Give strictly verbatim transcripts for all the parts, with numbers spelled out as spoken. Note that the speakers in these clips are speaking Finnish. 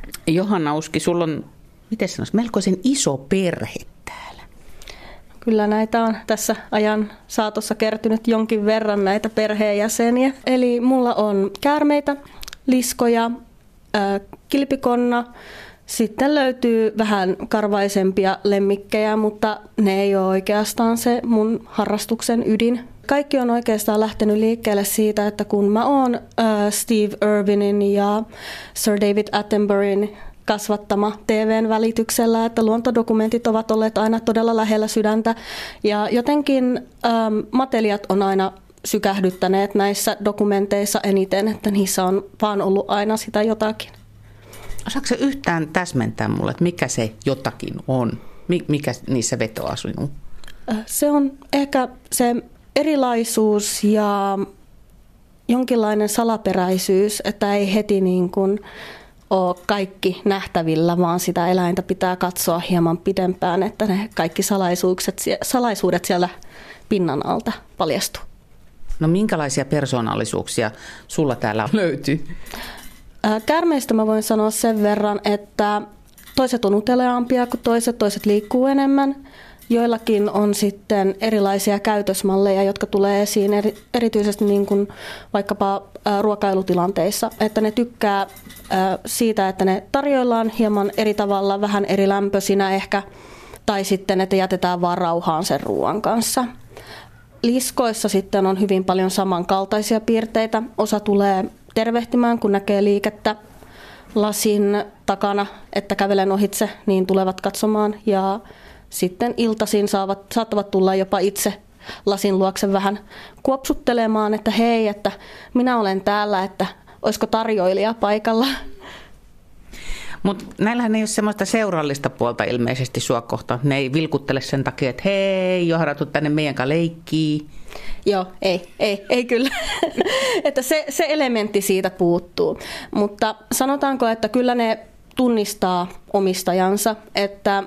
Johanna Uski, sulla on, miten sanoisi, melkoisen iso perhe täällä. Kyllä näitä on tässä ajan saatossa kertynyt jonkin verran näitä perheenjäseniä. Eli mulla on käärmeitä, liskoja, ää, kilpikonna. Sitten löytyy vähän karvaisempia lemmikkejä, mutta ne ei ole oikeastaan se mun harrastuksen ydin. Kaikki on oikeastaan lähtenyt liikkeelle siitä, että kun mä oon äh, Steve Irwinin ja Sir David Attenboryn kasvattama T V:n välityksellä, että luontodokumentit ovat olleet aina todella lähellä sydäntä. Ja jotenkin ähm, matelijat on aina sykähdyttäneet näissä dokumenteissa eniten, että niissä on vaan ollut aina sitä jotakin. Osaatko sä yhtään täsmentää mulle, että mikä se jotakin on? Mikä niissä vetoaa sinun? Se on ehkä se erilaisuus ja jonkinlainen salaperäisyys, että ei heti niin kuin ole kaikki nähtävillä, vaan sitä eläintä pitää katsoa hieman pidempään, että ne kaikki salaisuudet, salaisuudet siellä pinnan alta paljastuu. No minkälaisia persoonallisuuksia sulla täällä löytyy? Käärmeistä mä voin sanoa sen verran, että toiset on uteliaampia kuin toiset, toiset liikkuu enemmän. Joillakin on sitten erilaisia käytösmalleja, jotka tulee esiin erityisesti niin kuin vaikkapa ruokailutilanteissa, että ne tykkää siitä, että ne tarjoillaan hieman eri tavalla, vähän eri lämpöisinä ehkä, tai sitten, että jätetään vaan rauhaan sen ruoan kanssa. Liskoissa sitten on hyvin paljon samankaltaisia piirteitä. Osa tulee tervehtimään, kun näkee liikettä lasin takana, että kävelen ohitse, niin tulevat katsomaan. Ja sitten iltaisin saavat, saattavat tulla jopa itse lasin luokse vähän kuopsuttelemaan, että hei, että minä olen täällä, että olisiko tarjoilija paikalla. Mutta näillähän ei ole semmoista seurallista puolta ilmeisesti sua kohtaan. Ne ei vilkuttele sen takia, että hei, Johanna, tuu tänne meidän kanssa leikkii. Joo, ei, ei, ei kyllä. Että se, se elementti siitä puuttuu. Mutta sanotaanko, että kyllä ne tunnistaa omistajansa, että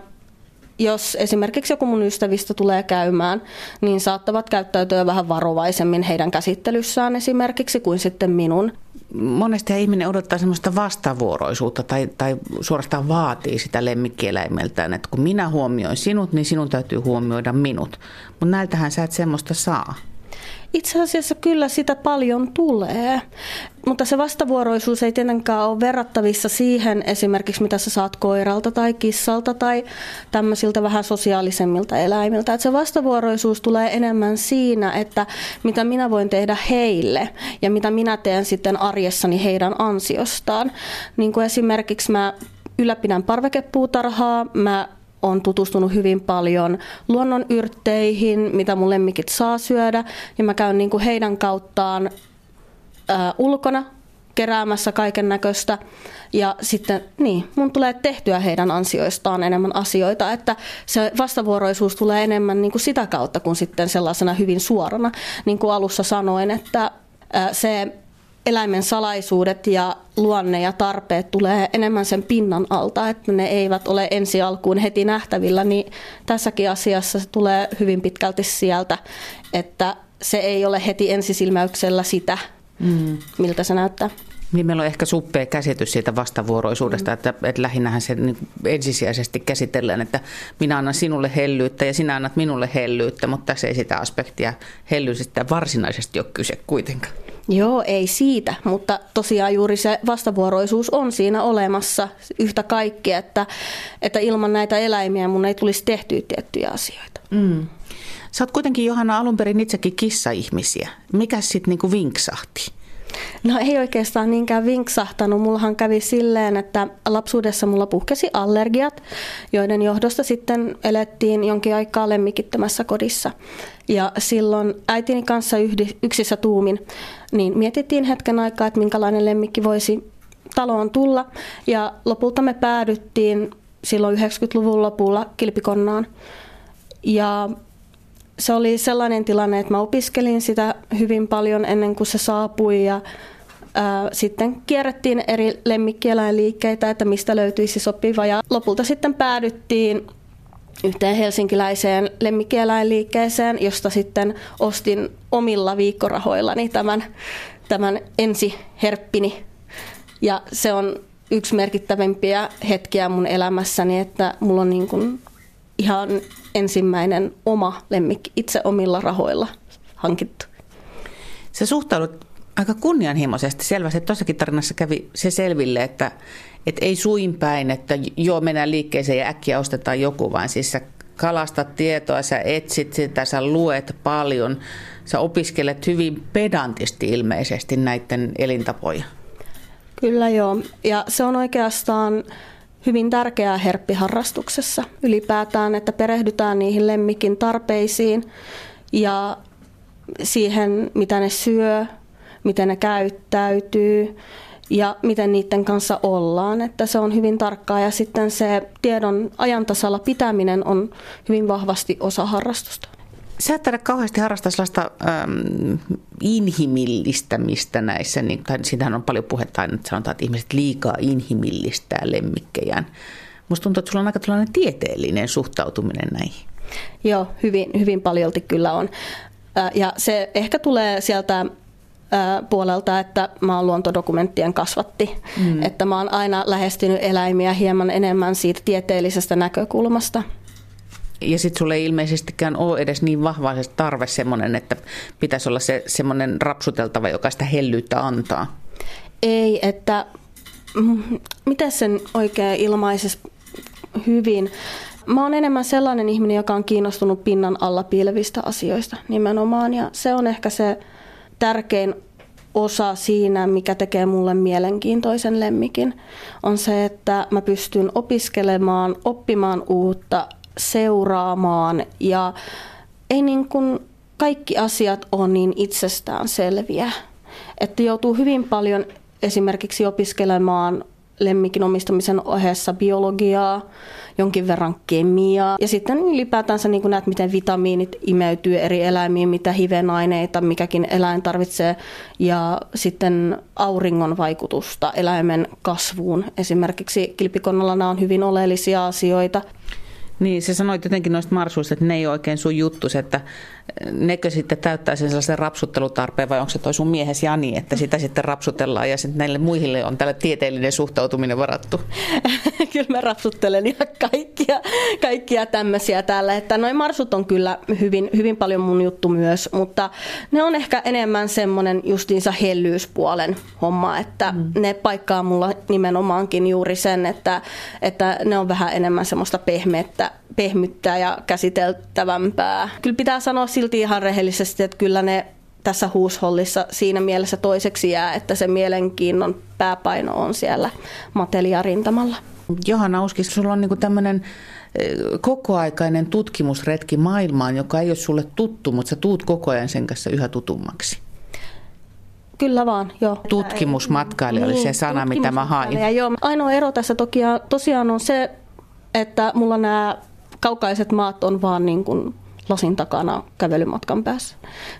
jos esimerkiksi joku mun ystävistä tulee käymään, niin saattavat käyttäytyä vähän varovaisemmin heidän käsittelyssään esimerkiksi kuin sitten minun. Monesti ihminen odottaa semmoista vastavuoroisuutta tai, tai suorastaan vaatii sitä lemmikkieläimeltään, että kun minä huomioin sinut, niin sinun täytyy huomioida minut. Mutta näiltähän sä et semmoista saa. Itse asiassa kyllä sitä paljon tulee, mutta se vastavuoroisuus ei tietenkään ole verrattavissa siihen esimerkiksi, mitä sä saat koiralta tai kissalta tai tämmöisiltä vähän sosiaalisemmilta eläimiltä. Että se vastavuoroisuus tulee enemmän siinä, että mitä minä voin tehdä heille ja mitä minä teen sitten arjessani heidän ansiostaan. Niin kuin esimerkiksi mä ylläpidän parvekepuutarhaa, mä olen tutustunut hyvin paljon luonnonyrtteihin, mitä mun lemmikit saa syödä. Ja mä käyn niin kuin heidän kauttaan ää, ulkona keräämässä kaiken näköistä. Ja sitten niin, mun tulee tehtyä heidän ansioistaan enemmän asioita. Että se vastavuoroisuus tulee enemmän niin kuin sitä kautta kuin sitten sellaisena hyvin suorana. Niin kuin alussa sanoin, että ää, se eläimen salaisuudet ja luonne ja tarpeet tulee enemmän sen pinnan alta, että ne eivät ole ensi alkuun heti nähtävillä, niin tässäkin asiassa se tulee hyvin pitkälti sieltä, että se ei ole heti ensisilmäyksellä sitä, mm. miltä se näyttää. Niin meillä on ehkä suppea käsitys siitä vastavuoroisuudesta, mm. että, että lähinnähän se niin ensisijaisesti käsitellään, että minä annan sinulle hellyyttä ja sinä annat minulle hellyyttä, mutta tässä ei sitä aspektia hellyydestä varsinaisesti ole kyse kuitenkaan. Joo, ei siitä, mutta tosiaan juuri se vastavuoroisuus on siinä olemassa yhtä kaikki, että, että ilman näitä eläimiä mun ei tulisi tehtyä tiettyjä asioita. Mm. Sä oot kuitenkin, Johanna, alun perin itsekin kissa-ihmisiä. Mikäs sitten niinku vinksahti? No ei oikeastaan niinkään vinksahtanut. Mullahan kävi silleen, että lapsuudessa mulla puhkesi allergiat, joiden johdosta sitten elettiin jonkin aikaa lemmikittömässä kodissa. Ja silloin äitini kanssa yksissä tuumin niin mietittiin hetken aikaa, että minkälainen lemmikki voisi taloon tulla. Ja lopulta me päädyttiin silloin yhdeksänkymmentäluvun lopulla kilpikonnaan. Ja se oli sellainen tilanne, että mä opiskelin sitä hyvin paljon ennen kuin se saapui ja ää, sitten kierrettiin eri lemmikkieläinliikkeitä, että mistä löytyisi sopiva ja lopulta sitten päädyttiin yhteen helsinkiläiseen lemmikkieläinliikkeeseen, josta sitten ostin omilla viikkorahoillani tämän, tämän ensiherppini ja se on yksi merkittävimpiä hetkiä mun elämässäni, että mulla on niin kuin ihan ensimmäinen oma lemmikki itse omilla rahoilla hankittu. Sä suhtaudut aika kunnianhimoisesti. Selvästi tuossakin tarinassa kävi se selville, että, että ei suin päin, että joo, mennään liikkeeseen ja äkkiä ostetaan joku, vaan siis sä kalastat tietoa, sä etsit sitä, sä luet paljon, sä opiskelet hyvin pedantisti ilmeisesti näiden elintapoja. Kyllä joo, ja se on oikeastaan hyvin tärkeää herppiharrastuksessa ylipäätään, että perehdytään niihin lemmikin tarpeisiin ja siihen, mitä ne syö, miten ne käyttäytyy ja miten niiden kanssa ollaan. Että se on hyvin tarkkaa ja sitten se tiedon ajantasalla pitäminen on hyvin vahvasti osa harrastusta. Sä et taida kauheasti harrastaa sellaista äm, inhimillistämistä näissä, niin, siitähän on paljon puhetta aina, että sanotaan, että ihmiset liikaa inhimillistää lemmikkejään. Musta tuntuu, että sulla on aika tällainen tieteellinen suhtautuminen näihin. Joo, hyvin, hyvin paljolti kyllä on. Ja se ehkä tulee sieltä puolelta, että mä oon luontodokumenttien kasvatti. Mm. Että mä oon aina lähestynyt eläimiä hieman enemmän siitä tieteellisestä näkökulmasta. Ja sitten sulle ei ilmeisestikään ole edes niin vahva se tarve semmoinen, että pitäisi olla se semmoinen rapsuteltava, joka sitä hellyyttä antaa. Ei, että miten sen oikein ilmaisisi hyvin. Mä oon enemmän sellainen ihminen, joka on kiinnostunut pinnan alla piilevistä asioista nimenomaan. Ja se on ehkä se tärkein osa siinä, mikä tekee mulle mielenkiintoisen lemmikin, on se, että mä pystyn opiskelemaan, oppimaan uutta, seuraamaan ja ei niin kuin kaikki asiat ole niin itsestään selviä. Että joutuu hyvin paljon esimerkiksi opiskelemaan lemmikin omistamisen ohessa biologiaa, jonkin verran kemiaa ja sitten ylipäätänsä niin kuin näet, miten vitamiinit imeytyy eri eläimiin, mitä hivenaineita mikäkin eläin tarvitsee ja sitten auringon vaikutusta eläimen kasvuun. Esimerkiksi kilpikonnalla nämä on hyvin oleellisia asioita. Niin, sä sanoit jotenkin noista marsuista, että ne ei ole oikein sun juttus, että nekö sitten täyttää sen sellaisen rapsuttelutarpeen vai onko se toi sun miehes Jani, että sitä sitten rapsutellaan ja sitten näille muihille on tällä tieteellinen suhtautuminen varattu? Kyllä mä rapsuttelen ihan kaikkia, kaikkia tämmöisiä täällä, että noi marsut on kyllä hyvin, hyvin paljon mun juttu myös, mutta ne on ehkä enemmän semmoinen justiinsa hellyyspuolen homma, että mm. ne paikkaa mulla nimenomaankin juuri sen, että, että ne on vähän enemmän semmoista pehmeättä, pehmyttää ja käsiteltävämpää. Kyllä pitää sanoa silti ihan rehellisesti, että kyllä ne tässä huushollissa siinä mielessä toiseksi jää, että se mielenkiinnon pääpaino on siellä Matelia-rintamalla. Johanna Uskis, sulla on niinku tämmöinen kokoaikainen tutkimusretki maailmaan, joka ei ole sulle tuttu, mutta sä tuut koko ajan sen kanssa yhä tutummaksi. Kyllä vaan, joo. Tutkimusmatkailija oli se sana, mitä mä hain. Joo. Ainoa ero tässä toki, tosiaan on se, että mulla nämä kaukaiset maat on vaan niin kuin lasin takana kävelymatkan päässä.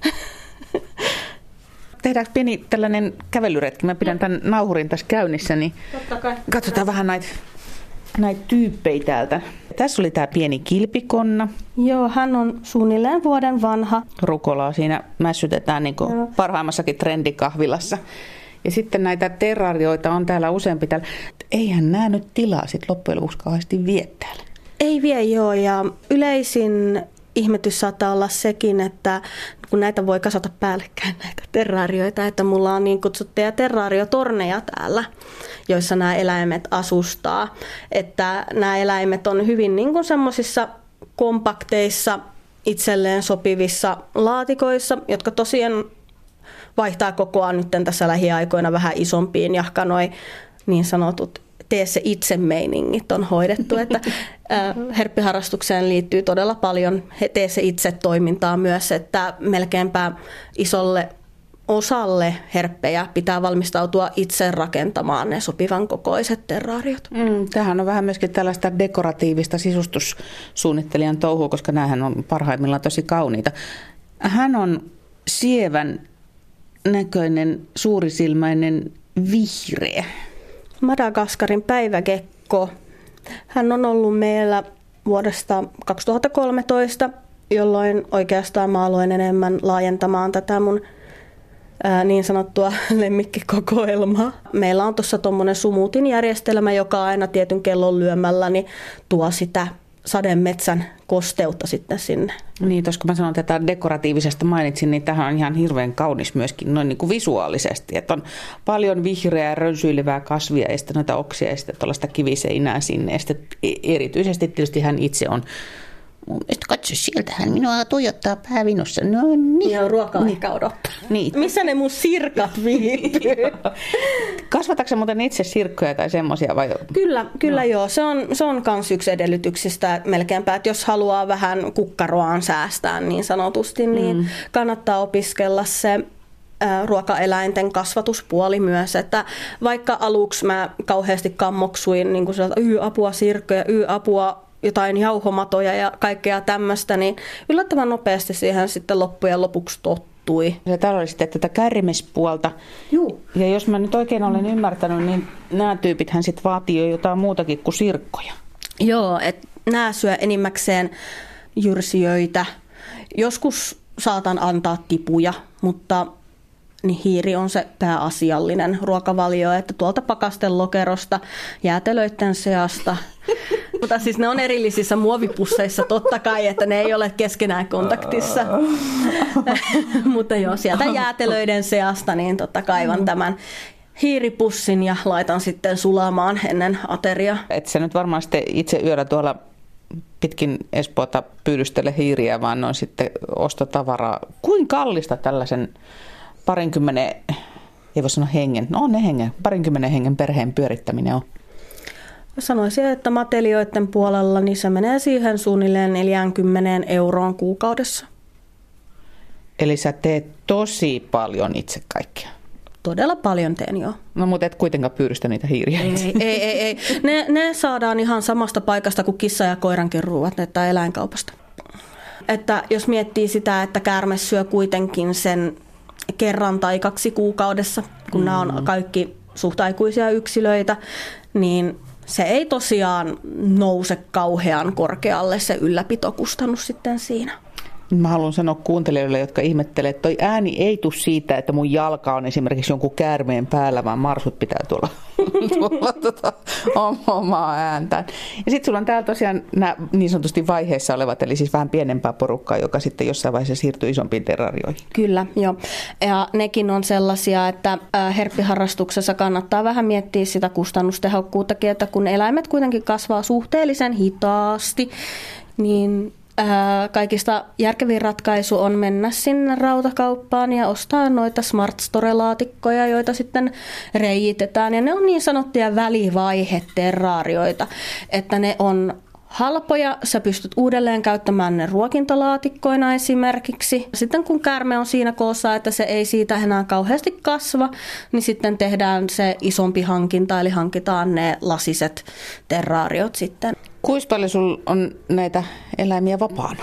Tehdäänkö pieni tällainen kävelyretki? Mä pidän tämän nauhurin tässä käynnissä, niin katsotaan vähän näitä, näitä tyyppejä täältä. Tässä oli tämä pieni kilpikonna. Joo, hän on suunnilleen vuoden vanha. Rukolaa siinä mässytetään niin kuin parhaimmassakin trendikahvilassa. Ja sitten näitä terrarioita on täällä useampi täällä. Eihän nämä nyt tilaa sit loppujen lopuksi kauheasti vie täällä. Ei vie joo, ja yleisin ihmetys saattaa olla sekin, että kun näitä voi kasata päällekkäin näitä terraarioita, että mulla on niin kutsuttuja terraariotorneja täällä, joissa nämä eläimet asustaa. Että nämä eläimet on hyvin niin kuin semmoisissa kompakteissa, itselleen sopivissa laatikoissa, jotka tosiaan vaihtaa kokoaan nyt tässä lähiaikoina vähän isompiin, jahka noi niin sanotut tee se itse meiningit on hoidettu, että herppiharrastukseen liittyy todella paljon tee se itse toimintaa myös, että melkeinpä isolle osalle herppejä pitää valmistautua itse rakentamaan ne sopivan kokoiset terraariot. Mm, tämähän on vähän myöskin tällaista dekoratiivista sisustussuunnittelijan touhua, koska näähän on parhaimmillaan tosi kauniita. Hän on sievän näköinen, suurisilmäinen vihreä. Madagaskarin päivägekko. Hän on ollut meillä vuodesta kaksituhattakolmetoista, jolloin oikeastaan mä aloin enemmän laajentamaan tätä mun ää, niin sanottua lemmikkikokoelmaa. Meillä on tuossa tuommoinen sumutin järjestelmä, joka aina tietyn kellon lyömällä niin tuo sitä sademetsän kosteutta sitten sinne. Niin, koska mä sanon tätä dekoratiivisesta mainitsin, niin tämähän on ihan hirveän kaunis myöskin noin niin kuin visuaalisesti. Että on paljon vihreää, rönsyilevää kasvia ja sitten noita oksia ja sitten tuollaista kiviseinää sinne. Ja sitten erityisesti tietysti hän itse on, mun mielestä katso sieltä, hän minua tuijottaa päävinossa. No niin. Joo, ruokaa niin. Ehkä odottaa. Niin. Missä ne mun sirkat viihtyy? Kasvatatko sä muuten itse sirkkoja tai semmoisia vai? Kyllä, kyllä no. Joo. Se on, se on kans yksi edellytyksistä melkeinpä, että jos haluaa vähän kukkaroaan säästää niin sanotusti, niin mm. kannattaa opiskella se ruokaeläinten kasvatuspuoli myös, että vaikka aluksi mä kauheasti kammoksuin niin kuin sieltä, y, apua sirkkoja, y, apua jotain jauhomatoja ja kaikkea tämmöistä, niin yllättävän nopeasti siihen sitten loppujen lopuksi tottui. Ja täällä oli sitten tätä kärrimespuolta. Juu. Ja jos mä nyt oikein olen ymmärtänyt, niin nämä tyypithän sitten vaatii jo jotain muutakin kuin sirkkoja. Joo, että nämä syö enimmäkseen jyrsijöitä. Joskus saatan antaa tipuja, mutta niin hiiri on se pääasiallinen ruokavalio, että tuolta pakastelokerosta, jäätelöiden seasta. Mutta siis ne on erillisissä muovipusseissa totta kai, että ne ei ole keskenään kontaktissa. Mutta joo, sieltä jäätelöiden seasta niin totta kaivan tämän hiiripussin ja laitan sitten sulamaan ennen ateria. Et sä nyt varmaan sitten itse yöllä tuolla pitkin Espoota pyydystele hiiriä, vaan ne on sitten ostotavaraa. Kuinka kallista tällaisen parinkymmenen, ei voi sanoa hengen, no on ne hengen, parinkymmenen hengen perheen pyörittäminen on? Sanoisin, että matelioiden puolella niin se menee siihen suunnilleen neljäkymmentä euroon kuukaudessa. Eli sä teet tosi paljon itse kaikkea? Todella paljon teen, joo. No mutta et kuitenkaan pyydystä niitä hiiriä. Ei, ei, ei. ei. Ne, ne saadaan ihan samasta paikasta kuin kissa ja koirankin ruuat, että eläinkaupasta. Että jos miettii sitä, että käärme syö kuitenkin sen kerran tai kaksi kuukaudessa, kun mm. nämä on kaikki suht aikuisia yksilöitä, niin se ei tosiaan nouse kauhean korkealle se ylläpitokustannus sitten siinä. Mä haluan sanoa kuuntelijoille, jotka ihmettelee, että toi ääni ei tule siitä, että mun jalka on esimerkiksi jonkun käärmeen päällä, vaan marsut pitää tulla, tulla tuota, omaa ääntään. Ja sitten sulla on täällä tosiaan nämä niin sanotusti vaiheessa olevat, eli siis vähän pienempää porukkaa, joka sitten jossain vaiheessa siirtyy isompiin terrarioihin. Kyllä, joo. Ja nekin on sellaisia, että herppiharrastuksessa kannattaa vähän miettiä sitä kustannustehokkuuttakin, että kun eläimet kuitenkin kasvaa suhteellisen hitaasti, niin kaikista järkevin ratkaisu on mennä sinne rautakauppaan ja ostaa noita Smart Store-laatikkoja, joita sitten reijitetään. Ja ne on niin sanottuja välivaihe-terraarioita, että ne on halpoja, sä pystyt uudelleen käyttämään ne ruokintalaatikkoina esimerkiksi. Sitten kun käärme on siinä koossa, että se ei siitä enää kauheasti kasva, niin sitten tehdään se isompi hankinta, eli hankitaan ne lasiset terraariot sitten. Kuinka paljon sulla on näitä eläimiä vapaana?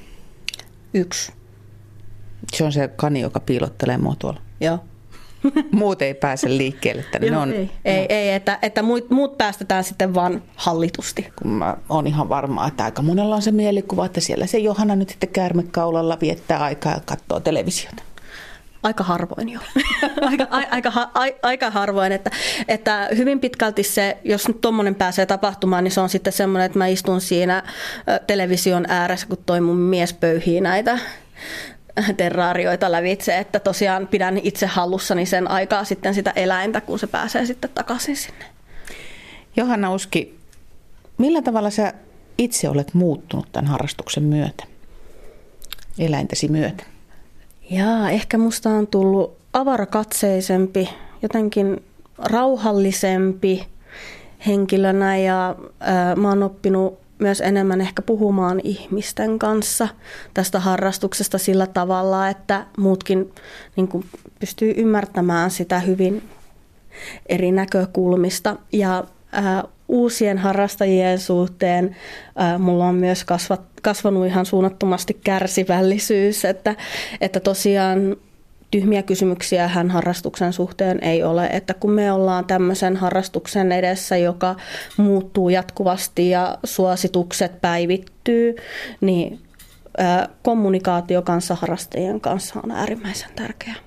Yksi. Se on se kani, joka piilottelee mua tuolla. Joo. Muut ei pääse liikkeelle tänne. Joo, on, ei, ei, ei, että, että muut, muut päästetään sitten vaan hallitusti. Kun mä oon ihan varma, että aika monella on se mielikuva, että siellä se Johanna nyt sitten käärmekaulalla viettää aikaa ja katsoo televisiota. Aika harvoin jo. aika, aika, aika harvoin, että, että hyvin pitkälti se, jos nyt tommonen pääsee tapahtumaan, niin se on sitten semmoinen, että mä istun siinä television ääressä, kun toi mun mies pöyhii näitä terraarioita lävitse, että tosiaan pidän itse hallussani sen aikaa sitten sitä eläintä, kun se pääsee sitten takaisin sinne. Johanna Uski, millä tavalla sä itse olet muuttunut tämän harrastuksen myötä, eläintäsi myötä? Jaa, ehkä musta on tullut avarakatseisempi, jotenkin rauhallisempi henkilönä ja ää, mä oon oppinut myös enemmän ehkä puhumaan ihmisten kanssa tästä harrastuksesta sillä tavalla, että muutkin niin kuin pystyy ymmärtämään sitä hyvin eri näkökulmista. Ja ää, uusien harrastajien suhteen ää, mulla on myös kasvat, kasvanut ihan suunnattomasti kärsivällisyys, että, että tosiaan tyhmiä kysymyksiä hän harrastuksen suhteen ei ole, että kun me ollaan tämmöisen harrastuksen edessä, joka muuttuu jatkuvasti ja suositukset päivittyy, niin ää, kommunikaatio kanssa harrastajien kanssa on äärimmäisen tärkeää.